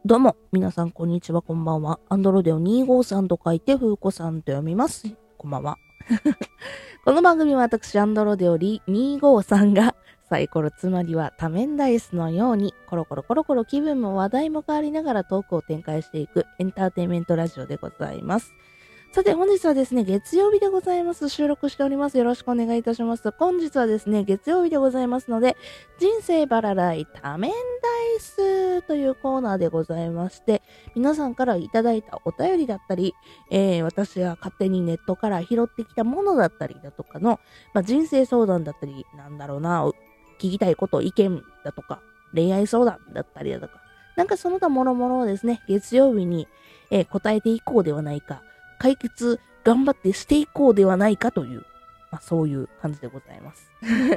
どうも、皆さん、こんにちは、こんばんは。アンドロデオ253と書いて、ふうこさんと読みます。こんばんは。この番組は私、アンドロデオ253が、サイコロ、つまりは多面ダイスのように、コロコロ気分も話題も変わりながらトークを展開していくエンターテインメントラジオでございます。さて、本日はですね、月曜日でございます。収録しております。よろしくお願いいたします。本日はですね、月曜日でございますので、人生バラライ多面ダイスというコーナーでございまして、皆さんからいただいたお便りだったり、私が勝手にネットから拾ってきたものだったりだとかの、人生相談だったり、なんだろうな、聞きたいこと、意見だとか、恋愛相談だったりだとか、なんかその他諸々をですね、月曜日に、答えていこうではないか、解決頑張ってしていこうではないかという、そういう感じでございます。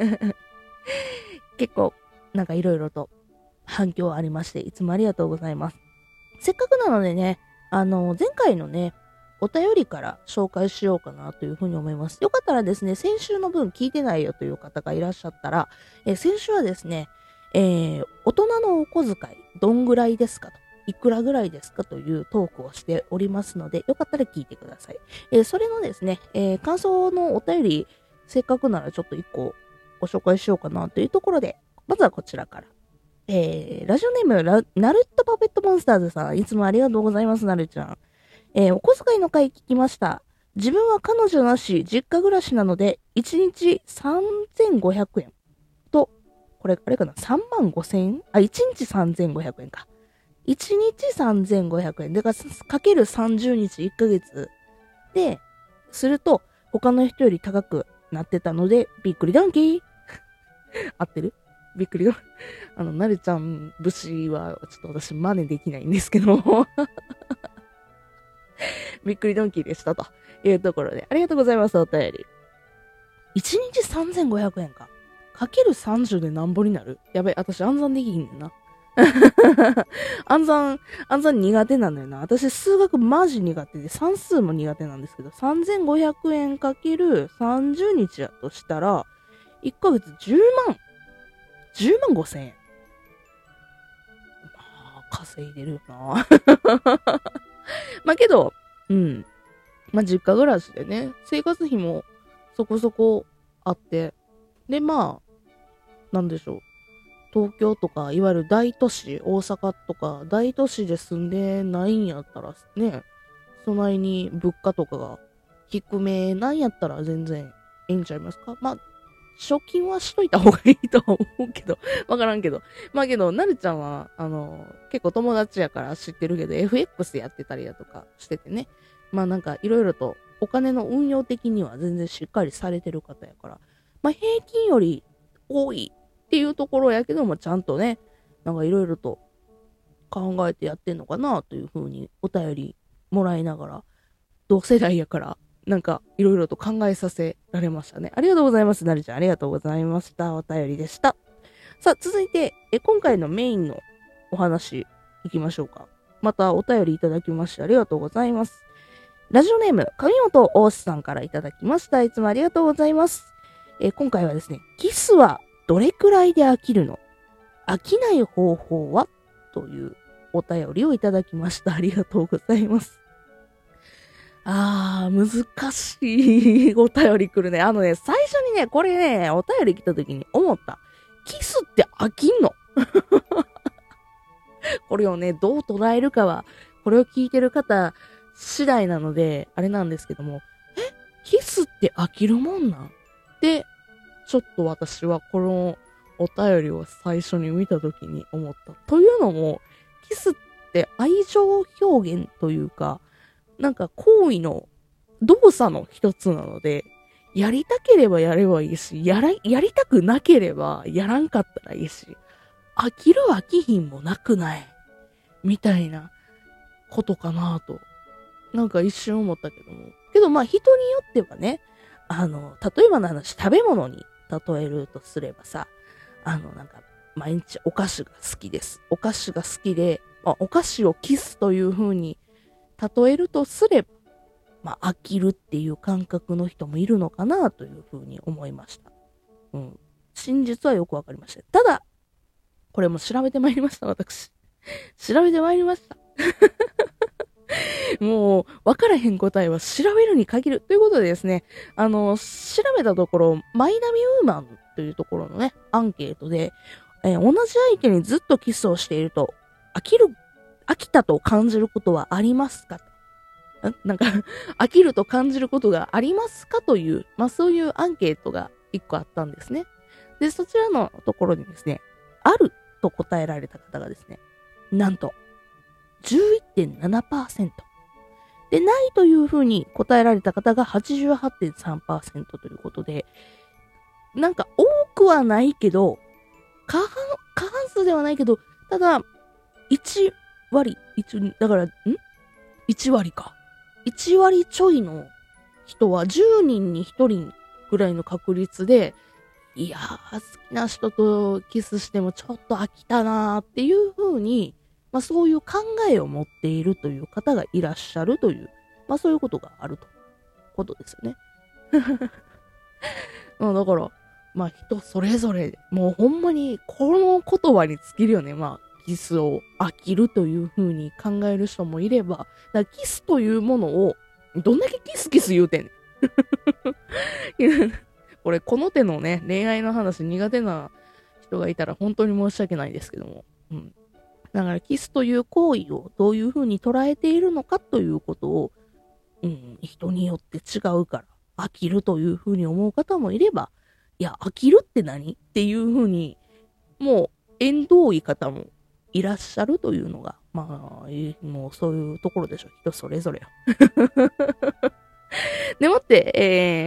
結構、なんかいろいろと反響ありまして、いつもありがとうございます。せっかくなのでね、前回のね、お便りから紹介しようかなというふうに思います。よかったらですね、先週の分聞いてないよという方がいらっしゃったら、先週はですね、大人のお小遣い、どんぐらいですかと。いくらぐらいですかというトークをしておりますので、よかったら聞いてください。それのですね、感想のお便り、せっかくならちょっと一個ご紹介しようかなというところで、まずはこちらから。ラジオネームナルットパペットモンスターズさん、いつもありがとうございます、なるちゃん。お小遣いの回聞きました。自分は彼女なし、実家暮らしなので、1日3500円と、これ、あれかな、3万5000円1日3500円か。1日3500円。だから、かける30日1ヶ月で、すると、他の人より高くなってたので、びっくりドンキー合ってるびっくりドン。なるちゃん節は、ちょっと私真似できないんですけども。びっくりドンキーでしたというところで、ありがとうございます、お便り。1日3500円か。かける30でなんぼになる？やべ、私暗算できひんねんな。暗算苦手なのよな。私数学マジ苦手で、算数も苦手なんですけど、3500円かける30日やとしたら、1ヶ月10万5千円。稼いでるな。けど、実家暮らしでね、生活費もそこそこあって、で、なんでしょう。東京とか、いわゆる大都市、大阪とか、大都市で住んでないんやったらね、そないに物価とかが低めなんやったら全然いいんちゃいますか？貯金はしといた方がいいとは思うけど、わからんけど。けど、なるちゃんは、結構友達やから知ってるけど、FX やってたりだとかしててね。なんか、いろいろと、お金の運用的には全然しっかりされてる方やから、平均より多いっていうところやけども、ちゃんとね、なんかいろいろと考えてやってんのかなというふうにお便りもらいながら、同世代やから、なんかいろいろと考えさせられましたね。ありがとうございます。なりちゃん、ありがとうございました。お便りでした。さあ、続いて、今回のメインのお話、いきましょうか。またお便りいただきましてありがとうございます。ラジオネーム、上本大志さんからいただきました。いつもありがとうございます。今回はですね、キスはどれくらいで飽きるの？飽きない方法は？というお便りをいただきました。ありがとうございます。難しいお便り来るね。最初にね、これね、お便り来た時に思った。キスって飽きんの？これをね、どう捉えるかは、これを聞いてる方次第なので、あれなんですけども、キスって飽きるもんなんで、ちょっと私はこのお便りを最初に見た時に思った。というのも、キスって愛情表現というか、なんか行為の動作の一つなので、やりたければやればいいし、やりたくなければやらんかったらいいし、飽きる飽きひんもなくないみたいなことかなと。なんか一瞬思ったけども。けど人によってはね、例えばの話、食べ物に例えるとすればさ、なんか毎日お菓子が好きです。お菓子が好きで、お菓子をキスという風に例えるとすれば、飽きるっていう感覚の人もいるのかなというふうに思いました。真実はよくわかりました。ただ、これも調べてまいりました、私。 調べてまいりました。もう、わからへん答えは調べるに限る。ということでですね、調べたところ、マイナビウーマンというところのね、アンケートで、同じ相手にずっとキスをしていると、飽きたと感じることはありますか？なんか飽きると感じることがありますかという、そういうアンケートが一個あったんですね。で、そちらのところにですね、あると答えられた方がですね、なんと、11.7%。で、ないというふうに答えられた方が 88.3% ということで、なんか多くはないけど、過半数ではないけど、ただ、1割、だから、1割か。1割ちょいの人は10人に1人ぐらいの確率で、いやー、好きな人とキスしてもちょっと飽きたなーっていう風に、そういう考えを持っているという方がいらっしゃるという、そういうことがあると。ことですよね。だから、人それぞれ、もうほんまにこの言葉に尽きるよね。キスを飽きるという風に考える人もいれば、だからキスというものを、どんだけキスキス言うてんねん。これ、この手のね、恋愛の話苦手な人がいたら本当に申し訳ないですけども。だから、キスという行為をどういう風に捉えているのかということを、人によって違うから、飽きるという風に思う方もいれば、いや、飽きるって何っていう風に、もう、縁遠い方もいらっしゃるというのが、もうそういうところでしょ。人それぞれよ。でもって、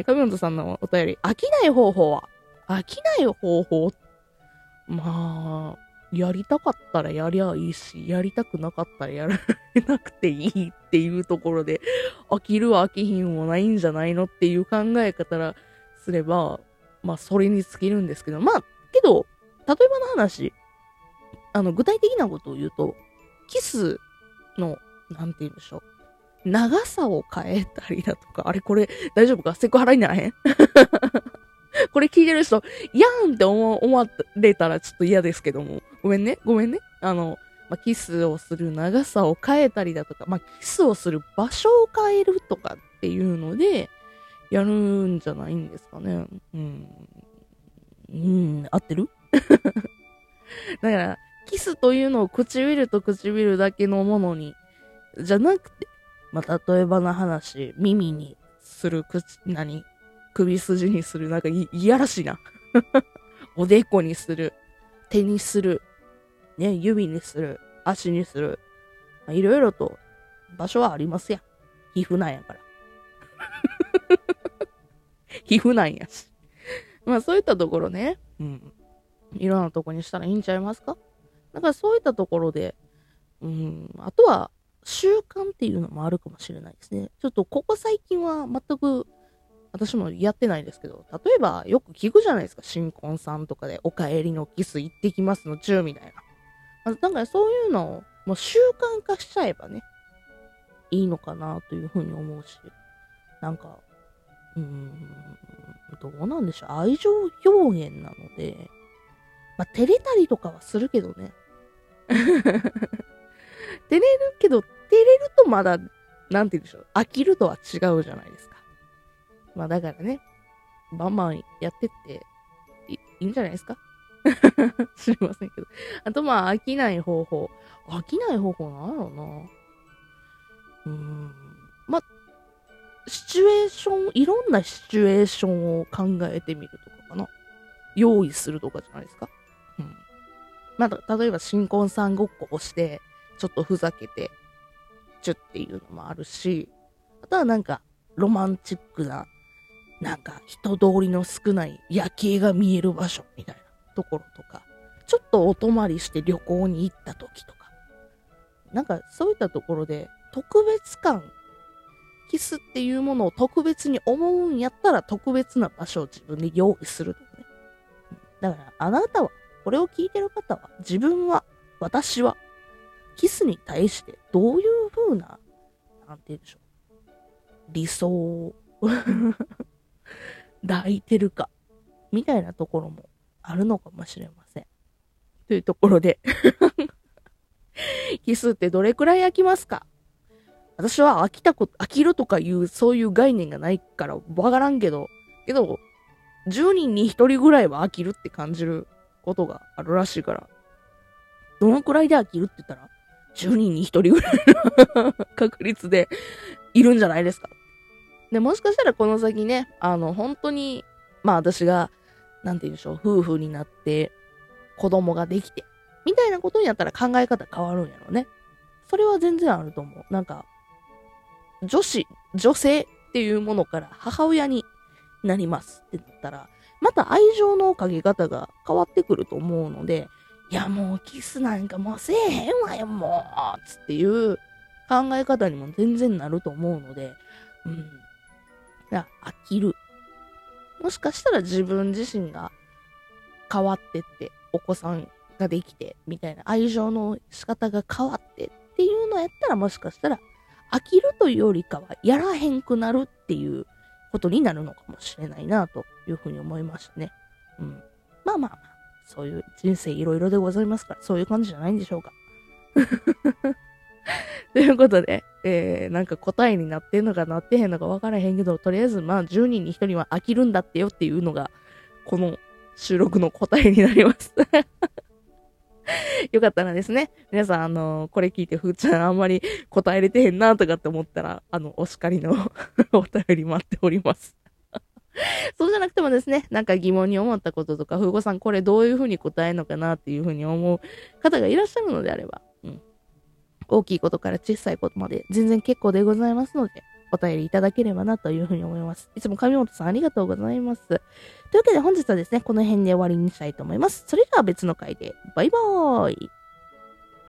上本さんのお便り、飽きない方法やりたかったらやりゃいいし、やりたくなかったらやらなくていいっていうところで、飽きるは飽きひんもないんじゃないのっていう考え方らすれば、それに尽きるんですけど、けど、例えばの話、具体的なことを言うと、キスの、なんて言うんでしょう。長さを変えたりだとか、あれこれ大丈夫か？セクハラにならへんこれ聞いてる人、やんって思われたらちょっと嫌ですけども。ごめんね。キスをする長さを変えたりだとか、キスをする場所を変えるとかっていうので、やるんじゃないんですかね。合ってるだから、キスというのを唇と唇だけのものに、じゃなくて、例えばの話、耳にする、首筋にする、なんかいやらしいな。おでこにする、手にする、ね、指にする、足にする。いろいろと場所はありますやん。皮膚なんやから。皮膚なんやし。そういったところね。いろんなとこにしたらいいんちゃいますか？だからそういったところで、あとは習慣っていうのもあるかもしれないですね。ちょっとここ最近は全く私もやってないですけど、例えばよく聞くじゃないですか。新婚さんとかでお帰りのキス行ってきますの中みたいな。だからそういうのをもう習慣化しちゃえばね、いいのかなというふうに思うし、なんか、どうなんでしょう。愛情表現なので、照れたりとかはするけどね。照れるけど、照れるとまだ、なんて言うんでしょう。飽きるとは違うじゃないですか。だからね、バンバンやってっていいんじゃないですか知りませんけど。あと飽きない方法。飽きない方法なんやろうな。シチュエーション、いろんなシチュエーションを考えてみるとかかな。用意するとかじゃないですか。例えば新婚さんごっこをして、ちょっとふざけて、チュっていうのもあるし、あとはなんか、ロマンチックな、なんか人通りの少ない夜景が見える場所みたいなところとか、ちょっとお泊まりして旅行に行った時とか、なんかそういったところで特別感、キスっていうものを特別に思うんやったら特別な場所を自分で用意するとかね。だからあなたは、これを聞いてる方は、私は、キスに対してどういう風な、なんて言うんでしょう。理想を抱いてるか、みたいなところもあるのかもしれません。というところでキスってどれくらい飽きますか？私は飽きるとかいう、そういう概念がないからわからんけど、10人に1人ぐらいは飽きるって感じることがあるらしいから、どのくらいで飽きるって言ったら、10人に1人ぐらいの確率でいるんじゃないですか。で、もしかしたらこの先ね、本当に、まあ私が、なんて言うんでしょう、夫婦になって、子供ができて、みたいなことになったら考え方変わるんやろね。それは全然あると思う。なんか、女性っていうものから母親になりますってなったら、また愛情のかけ方が変わってくると思うので、いやもうキスなんかもうせえへんわよ、もうつっていう考え方にも全然なると思うので、いや、飽きる。もしかしたら自分自身が変わってって、お子さんができて、みたいな愛情の仕方が変わってっていうのやったら、もしかしたら飽きるというよりかはやらへんくなるっていうことになるのかもしれないなというふうに思いましたね。まあ、そういう人生いろいろでございますから、そういう感じじゃないんでしょうか。ということで、なんか答えになってんのかなってへんのか分からへんけど、とりあえずまあ10人に1人は飽きるんだってよっていうのが、この収録の答えになります。よかったらですね、皆さん、これ聞いて、ふーちゃんあんまり答えれてへんなとかって思ったら、お叱りのお便り待っております。そうじゃなくてもですね、なんか疑問に思ったこととか、ふーごさんこれどういうふうに答えるのかなっていうふうに思う方がいらっしゃるのであれば、大きいことから小さいことまで全然結構でございますので、お便りいただければなというふうに思います。いつも上本さんありがとうございます。というわけで本日はですね、この辺で終わりにしたいと思います。それでは別の回で、バイバーイ。